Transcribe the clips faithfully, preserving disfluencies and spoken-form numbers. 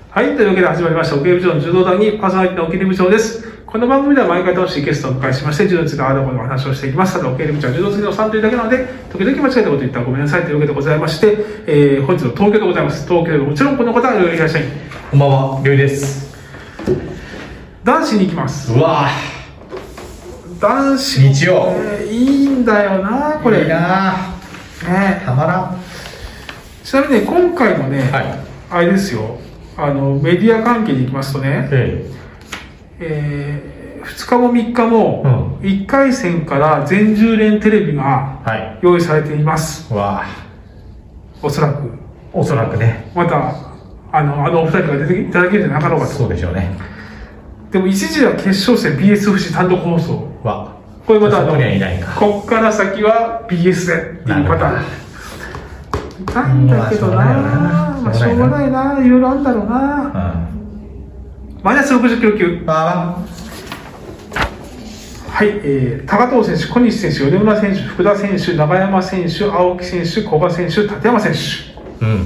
はい、というわけで始まりました、オケル部長の柔道談義、パーソナリティのオケル部長です。この番組では毎回楽しいゲストをお迎えしまして、柔道についてあるものの話をしていきます。ただ、オケル部長は柔道好きのさんというだけなので、時々間違えたこと言ったらごめんなさいというわけでございまして、えー、本日の東京でございます。東京でもちろんこの方は、いらっしゃい。 こんばんは、りょうです。 男子に行きます。 うわぁ。男子、 日曜、 えー、いいんだよな、これ。 いいなぁ。ね、たまらん。 ちなみにね、今回もね、 はい、 あれですよ。あのメディア関係に行きますとね、えええー、ふつかもみっかもいっかい戦から全じゅう連テレビが用意されています、はい、わおそらくおそらくね、またあのあのお二人が出ていただけるんじゃなかろうかと。 そうでしょうね。 でも一時は決勝戦 ビーエスエフシー 単独放送、 わこれまたあのここにはいないか、 こっから先は ビーエス でっていうパターンなんだけどな、まあしょうがないな、いろいろあるんだろうな。うん、マイナスろくじゅっキロ級。あはい、えー、高藤選手、小西選手、米村選手、福田選手、永山選手、青木選手、古賀選手、立山選手。うん。うん。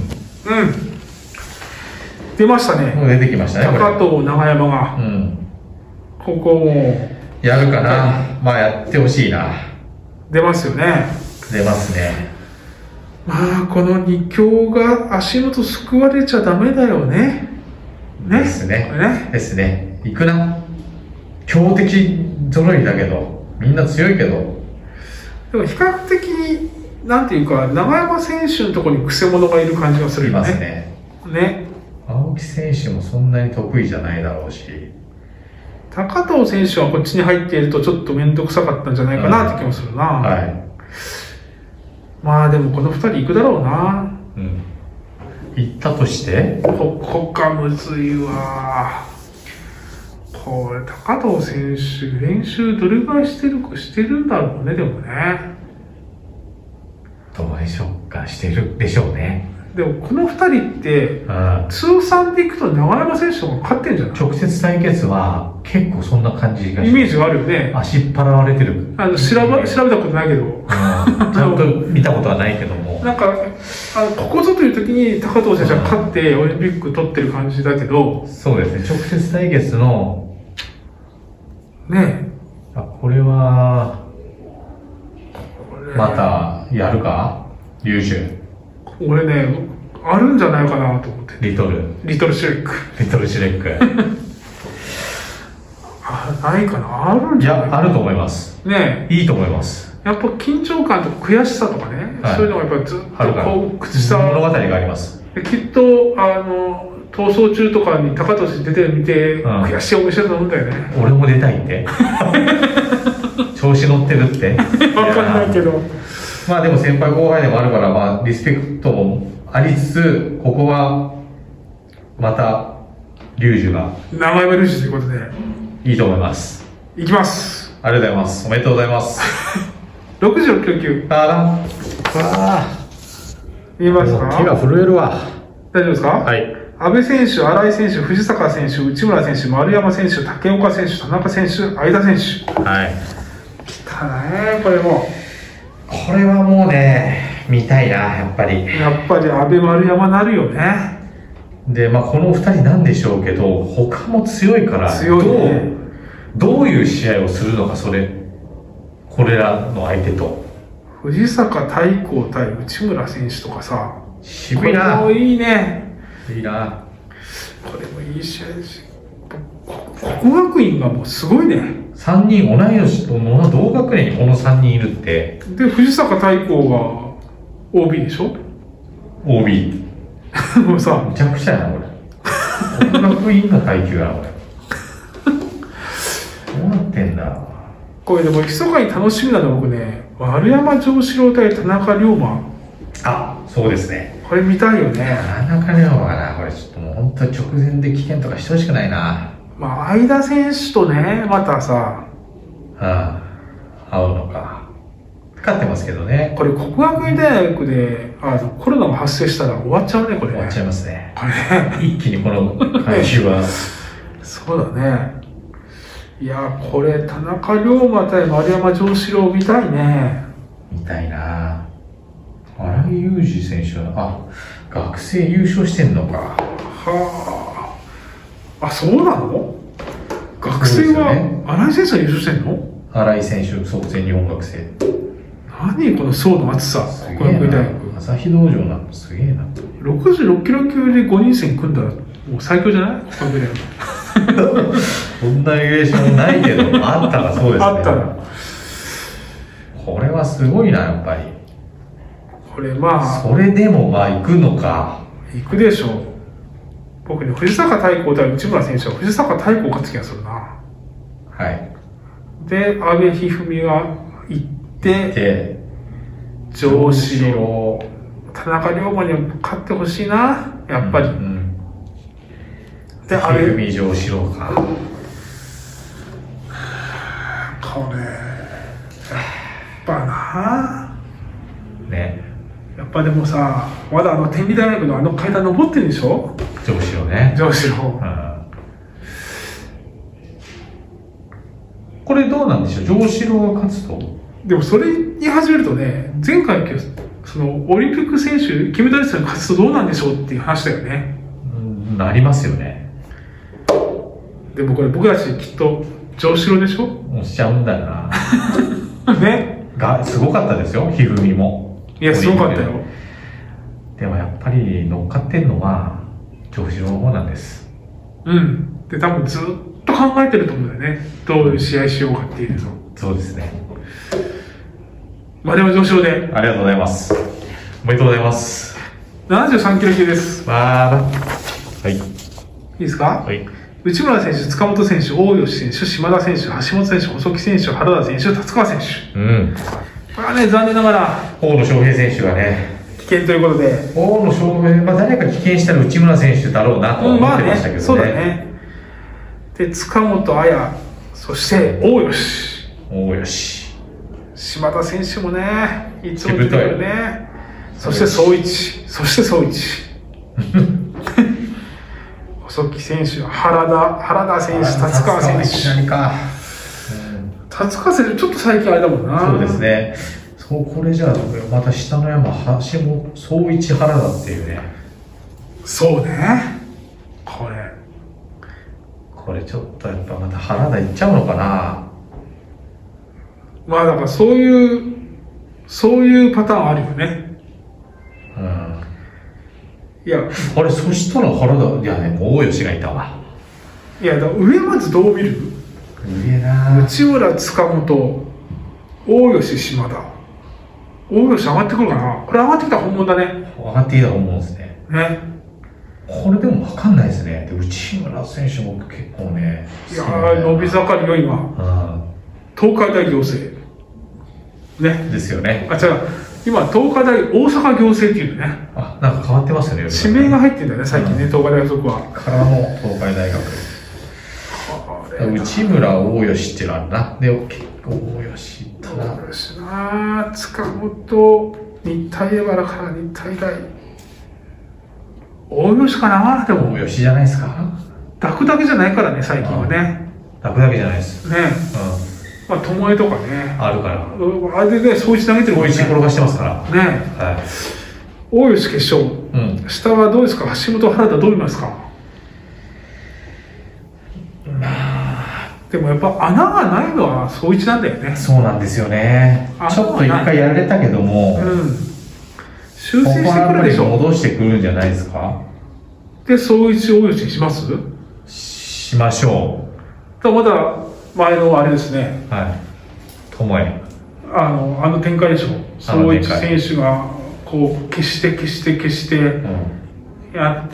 出ましたね。 もう出てきましたね。 高藤、永山が。うん。ここも。 やるかな。まあやってほしいな。 出ますよね。 出ますね。 まあこの二強が足元すくわれちゃダメだよね。 ね。ですね。ね。ですね。いくな。強敵揃いだけど、みんな強いけど。 でも比較的なんていうか、永山選手のところにクセ者がいる感じがするよね。いますね。ね。 青木選手もそんなに得意じゃないだろうし。 高藤選手はこっちに入っているとちょっと面倒くさかったんじゃないかなって気もするな。うん、はい。まあでもこのふたり行くだろうな。うん。 行ったとしてここがむずいわ。これ高藤選手練習どれぐらいしてるかしてるんだろうね。でもね。 どうでしょうか、してるでしょうね。 でもこのふたりって通算でいくと永山選手とか勝ってんじゃない？ 直接対決は結構そんな感じがイメージがあるよね。 足っ張られてる。 あの調べ調べたことないけど、うん、ちゃんと見たことはないけども、 なんかあのここぞという時に高藤選手は勝ってオリンピック取ってる感じだけど、 うん、そうですね。直接対決のねえ、あ、これはまたやるか、優秀。 俺ね、あるんじゃないかなと思って。 リトル。 リトルシュレック。 リトルシュレック。 あ、ないかな、あるんじゃないかな。 いや、あると思います。 ねえ。いいと思います。 やっぱ緊張感とか悔しさとかね、はい、そういうのがやっぱずっとこう、 口さ物語があります。 きっと、あの、逃走中とかに高藤選手出てるの見て、うん、悔しい思いしてたと思うんだよね。 俺も出たいって。調子乗ってるって。 わかんないけど。 まあでも先輩後輩でもあるから、まあリスペクトもありつつ、ここはまたリュウジュが名前はリュウジュということでいいと思います。 いきます。 ありがとうございます。おめでとうございます。 ろくじゅうろくキロ級。 あら。わあ。 見えますか？ 手が震えるわ。 大丈夫ですか？はい。阿部選手、新井選手、藤坂選手、内村選手、丸山選手、竹岡選手、田中選手、相田選手。はい。来たね、これも。 これはもうね、見たいな、やっぱり。 やっぱり阿部丸山なるよね。 で、まあこのふたりなんでしょうけど、他も強いから、 強いね、 どう、どういう試合をするのか、それ、これらの相手と。 藤坂大光対内村選手とかさ、 渋いな。 これもいいね。 いいな。 これもいい試合ですよ。国学院がもうすごいね。 さんにん同い年と同学年にこのさんにんいるって。 で、藤坂大光が オービー でしょ？ オービー。 もうさ、 むちゃくちゃやな、これ。国学院の階級やな、これ。どうなってんだ。 これでも、密かに楽しみなのは僕ね、丸山城志郎対田中龍馬。 あ、そうですね。 これ見たいよね。 田中龍馬がな、これちょっともう本当に直前で危険とかしてほしくないな。 まあ、相田選手とね、またさ、 ああ、会うのか。勝ってますけどね。 これ、国学院大学であのコロナが発生したら終わっちゃうね、これ、ね。 終わっちゃいますね。 これね。 一気にこの回収は。 そうだね。いや、これ、田中龍馬対丸山城志郎見たいね。 見たいな。荒井裕二選手は、あ、学生優勝してんのか。はあ。 あ、そうなの？学生は新井選手が優勝してんの？ 新井選手、そう、全日本学生。 何この層の厚さ、国学院大学。 朝日道場なのすげえな。 ろくじゅうろっキロ級でごにん戦組んだら、もう最強じゃない？国学院大学。 そんなレギュレーションないけど、あったらそうですね。 あったら。 これはすごいな、やっぱり。 これまあ。 それでもまあ行くのか。 行くでしょう。僕ね、藤坂大光対内村選手は藤坂大光勝つ気がするな。 はい。 で、阿部一二三が行って、 で、 上城、田中龍馬に勝ってほしいな、やっぱり。うんうん、 で、阿部一二三上城か。 これ、やっぱな。ね。やっぱでもさ、まだあの天理大学のあの階段登ってるでしょ？ 上城ね。 上城。うん、 これどうなんでしょう？上城が勝つと。 でもそれ言い始めるとね、前回そのオリンピック選手、金メダリストに勝つとどうなんでしょうっていう話だよね。 うん、なりますよね。 でもこれ僕たちきっと上城でしょ？ もうしちゃうんだよな。 ね。 が、すごかったですよ、一二三も。 いや、すごかったよ。 でもやっぱり乗っかってんのは上城の方なんです。 うん。で、多分ずっと考えてると思うんだよね。どういう試合しようかっていうの。 そうですね。 まあでも上昇で。 ありがとうございます。おめでとうございます。 ななじゅうさんキロ級です。 わーだ。はい。いいですか？ はい。 内村選手、塚本選手、大吉選手、島田選手、橋本選手、細木選手、原田選手、達川選手。 うん。 これはね、残念ながら。 大野将平選手がね。 危険ということで。 大野将平、まあ誰か危険したら内村選手だろうなと思ってましたけどね。うん、まあね、 そうだね。で、塚本彩、そして大吉。 大吉。 島田選手もね、いつも出てるね。そして総一。そして総一。細木選手、原田、原田選手、達川選手。 何か。 達川選手、ちょっと最近あれだもんな。 そうですね。そう、これじゃあ、また下の山、橋本、総一原田っていうね。 そうね。これ。 これちょっとやっぱまた原田いっちゃうのかな。 まあだからそういう、そういうパターンあるよね。 うん。 いや、 あれ、そしたら原田、いやね、もう大吉がいたわ。 いや、だ上まずどう見る？ 上な内村、塚本、大吉、島田。大吉上がってくるかな？これ上がってきたら本物だね。 上がってきた本物ですね。 ね。 これでも分かんないですね。で内村選手も結構ね。 いやー、伸び盛りよ、今。うん。東海大行政。ね。 ですよね。 あ、違う。今、東海大大阪行政っていうのね。 あ、なんか変わってますよね。 地名が入ってるんだよね、最近ね、うん、東海大附属は。 からの東海大学。内村、大吉っていうのあるな。で、結構大吉だな。 大吉な塚本、日体荏原から日体大。大吉かなでも。 大吉じゃないですか。 抱くだけじゃないからね、最近はね。 抱くだけじゃないです。 ね。うん。まあ、巴とかね。 あるから。 あれでね、総一投げてるもんね。総一転がしてますから。 ね。はい。大吉決勝。うん。下はどうですか？橋本、原田どう見ますか？まあ。でもやっぱ穴がないのは総一なんだよね。 そうなんですよね。ちょっと一回やられたけども。うん。 修正してくるでしょ。 戻してくるんじゃないですか。 で、総一大吉にします？ しましょう。まだ前のあれですね。 はい。ともえ。 あの、あの展開でしょ。総一選手が、こう、消して消して消して、やって、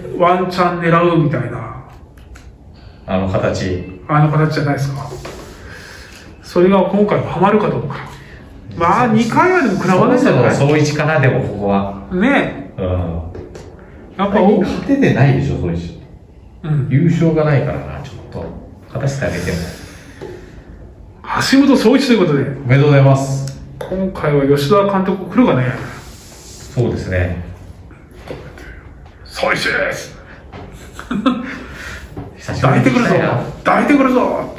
ワンチャン狙うみたいな。 あの形。 あの形じゃないですか。それが今回ハマるかどうか。まあ、にかいはでも食らわないじゃない。 総一かな、でもここは。 ねえ。うん。 やっぱ勝ててないでしょ、総一。うん。優勝がないからな、ちょっと。勝たせてあげても。 橋本総一ということで。 おめでとうございます。 今回は吉田監督来るかね。 そうですね。 総一です。 久しぶりに。 抱いてくるぞ抱いてくるぞ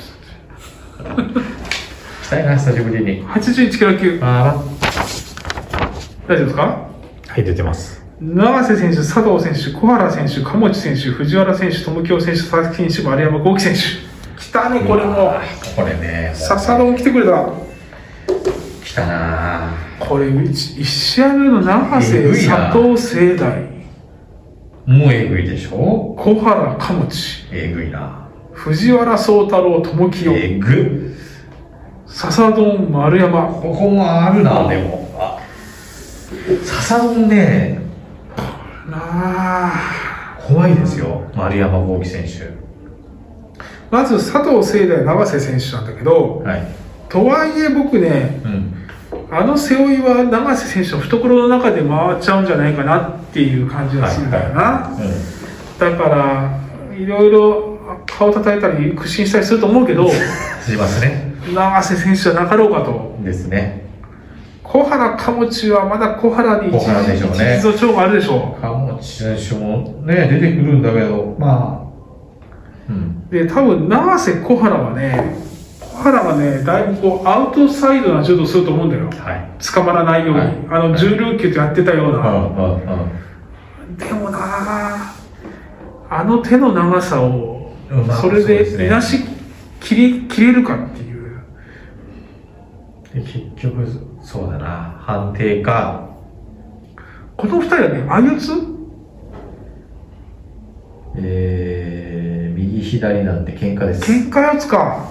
来たいな、久しぶりに。 はちじゅういちキロ級。 あら。 大丈夫ですか？ はい、出てます。 永瀬選手、佐藤選手、小原選手、鴨地選手、藤原選手、友京選手、佐々木選手、丸山豪樹選手。来たね、これも。 これね、 笹丼来てくれた。 来たなこれ、いち試合目の永瀬、佐藤聖大。 もうえぐいでしょ。 小原、鴨地。 えぐいな。 藤原宗太郎、友清。 えぐ。 笹丼、丸山。 ここもあるな、でも。あ、笹丼ね、 なあ。 怖いですよ、丸山豪樹選手。 まず佐藤聖大、永瀬選手なんだけど、 はい。 とはいえ僕ね、 うん。 あの背負いは永瀬選手の懐の中で回っちゃうんじゃないかなっていう感じがするんだよな。 はいはい、 だから、いろいろ顔叩いたり屈伸したりすると思うけど、 しますね。 永瀬選手じゃなかろうかと。 ですね。 小原鴨地はまだ小原に小原でしょうね。 一日の長があるでしょう。 鴨地選手もね、出てくるんだけど、まあ、うん。 で、多分永瀬小原はね、小原がね、だいぶこうアウトサイドな柔道すると思うんだよ。 はい。 捕まらないように。 はい、 あの、重量級でやってたような。 うんうんうん、 でもなあの手の長さを、それでいなし切り、切れるかっていう。 で結局、そうだな、判定か。 この二人はね、相四つえー、右左なんで喧嘩です。 喧嘩四つか。 はい。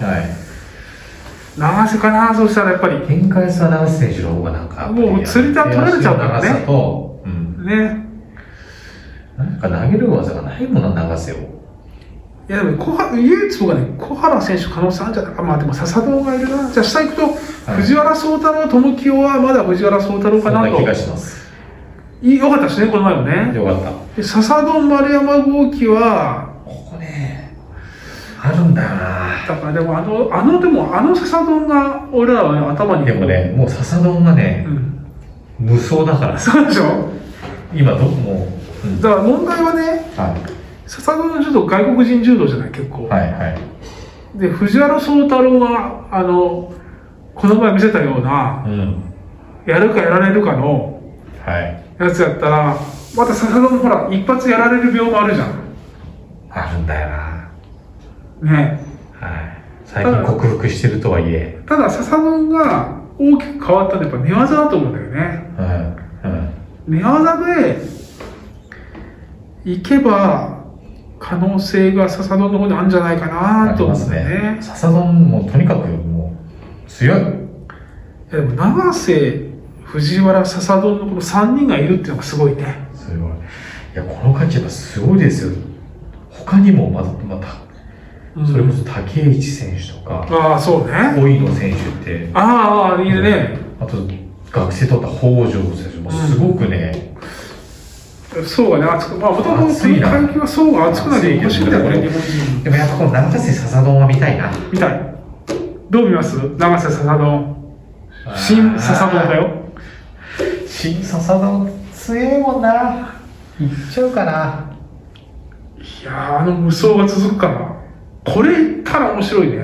永瀬かな、そうしたらやっぱり。 喧嘩四つは永瀬選手の方がなんか。 もう釣り手取られちゃうからね。 長さと、うん。 ね。 なんか投げる技がないもんな、永瀬を。 いやでも小原、唯一僕はね、小原選手可能性あるんじゃないか。まあでも笹堂がいるな。じゃあ下行くと、はい、藤原宗太郎、友清はまだ藤原宗太郎かなと。 そんな気がします。 いい、よかったですね、この前もね。 よかった。 で、笹堂丸山豪樹は、 ここね、あるんだよな。 だからでもあの、あの、でもあの笹堂が俺らは、ね、頭に。 でもね、もう笹堂がね、うん、無双だから。 そうでしょ今どこも。 うん、だから問題はね、はい、笹堂の柔道、外国人柔道じゃない、結構。 はいはい。 で、藤原宗太郎が、あの、この前見せたような、うん、やるかやられるかの、 はい。 やつやったら、また笹堂もほら、一発やられる病もあるじゃん。 あるんだよな。 ね。 はい。最近克服してるとはいえ。 ただ、笹堂が大きく変わったのはやっぱ寝技だと思うんだよね。 うん。うん。 寝技で、行けば、可能性が笹堂の方にあるんじゃないかなと思うんですね。 笹堂もとにかくもう強い。いやでも永瀬、藤原、笹堂のこのさんにんがいるっていうのがすごいね。 すごい。いや、この価値やっぱすごいですよ。他にもまだ、また、うん、それこそ竹内選手とか、 ああ、そうね。 小井野選手って、 ああ、いいね。 あと、学生取った北条選手もすごくね、 うん、層がね、熱く、まあ、もともとこの階級は層が厚くなり欲しいんだよね。 でもやっぱこの永瀬笹丼は見たいな。 見たい。どう見ます？永瀬笹丼。新笹丼だよ。 新笹丼強えもんな。いっちゃうかな。 いやー、あの無双が続くかな。これいったら面白いね。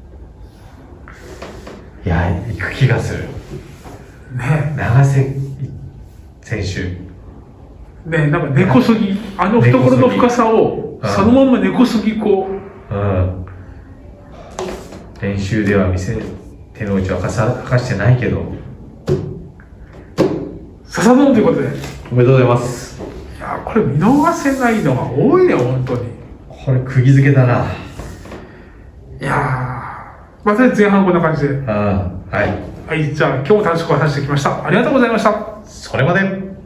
いや、行く気がする。 ね、 永瀬選手。 ね、なんか根こそぎ、あの懐の深さを、そのまま根こそぎこう。うん。練習では見せ、手の内を明かさ、明かしてないけど。 笹丼ということで。 おめでとうございます。 いや、これ見逃せないのが多いね、本当に。 これ釘付けだな。 いやー、また前半こんな感じで。 うん。はい。 はい、じゃあ今日も楽しく話してきました。ありがとうございました。 それまで。